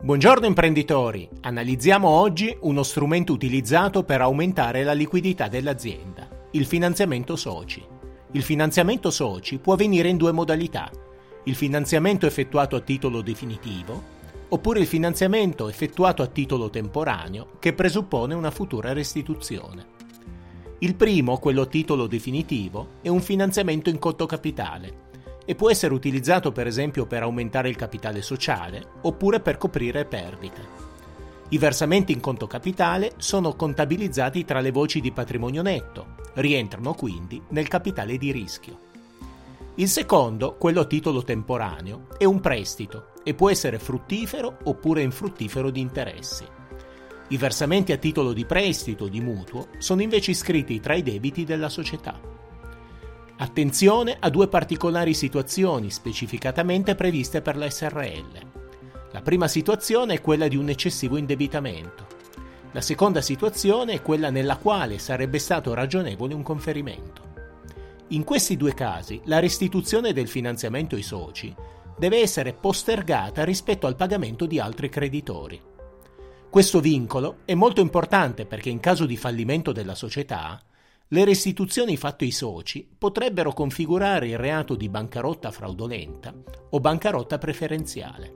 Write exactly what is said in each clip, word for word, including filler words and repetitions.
Buongiorno imprenditori, analizziamo oggi uno strumento utilizzato per aumentare la liquidità dell'azienda, il finanziamento soci. Il finanziamento soci può avvenire in due modalità, il finanziamento effettuato a titolo definitivo oppure il finanziamento effettuato a titolo temporaneo che presuppone una futura restituzione. Il primo, quello a titolo definitivo, è un finanziamento in conto capitale e può essere utilizzato per esempio per aumentare il capitale sociale oppure per coprire perdite. I versamenti in conto capitale sono contabilizzati tra le voci di patrimonio netto, rientrano quindi nel capitale di rischio. Il secondo, quello a titolo temporaneo, è un prestito e può essere fruttifero oppure infruttifero di interessi. I versamenti a titolo di prestito o di mutuo sono invece iscritti tra i debiti della società. Attenzione a due particolari situazioni specificatamente previste per la S R L. La prima situazione è quella di un eccessivo indebitamento. La seconda situazione è quella nella quale sarebbe stato ragionevole un conferimento. In questi due casi, la restituzione del finanziamento ai soci deve essere postergata rispetto al pagamento di altri creditori. Questo vincolo è molto importante perché in caso di fallimento della società, le restituzioni fatte ai soci potrebbero configurare il reato di bancarotta fraudolenta o bancarotta preferenziale.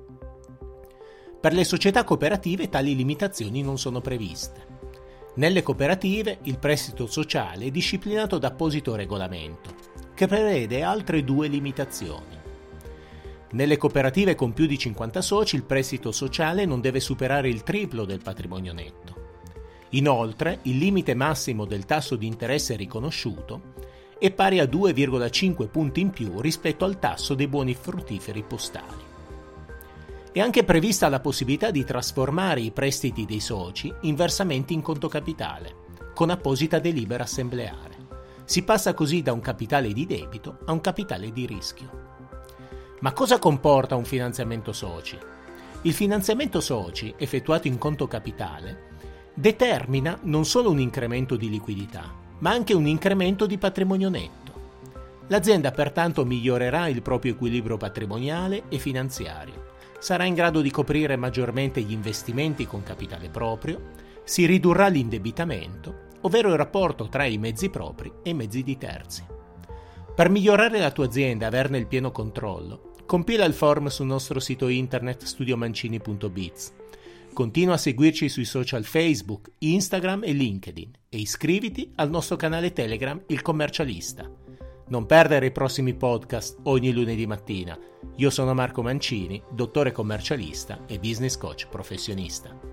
Per le società cooperative tali limitazioni non sono previste. Nelle cooperative il prestito sociale è disciplinato da apposito regolamento, che prevede altre due limitazioni. Nelle cooperative con più di cinquanta soci il prestito sociale non deve superare il triplo del patrimonio netto. Inoltre, il limite massimo del tasso di interesse riconosciuto è pari a due virgola cinque punti in più rispetto al tasso dei buoni fruttiferi postali. È anche prevista la possibilità di trasformare i prestiti dei soci in versamenti in conto capitale, con apposita delibera assembleare. Si passa così da un capitale di debito a un capitale di rischio. Ma cosa comporta un finanziamento soci? Il finanziamento soci, effettuato in conto capitale, determina non solo un incremento di liquidità, ma anche un incremento di patrimonio netto. L'azienda pertanto migliorerà il proprio equilibrio patrimoniale e finanziario, sarà in grado di coprire maggiormente gli investimenti con capitale proprio, si ridurrà l'indebitamento, ovvero il rapporto tra i mezzi propri e i mezzi di terzi. Per migliorare la tua azienda e averne il pieno controllo, compila il form sul nostro sito internet studio mancini punto biz. Continua a seguirci sui social Facebook, Instagram e LinkedIn e iscriviti al nostro canale Telegram Il Commercialista. Non perdere i prossimi podcast ogni lunedì mattina. Io sono Marco Mancini, dottore commercialista e business coach professionista.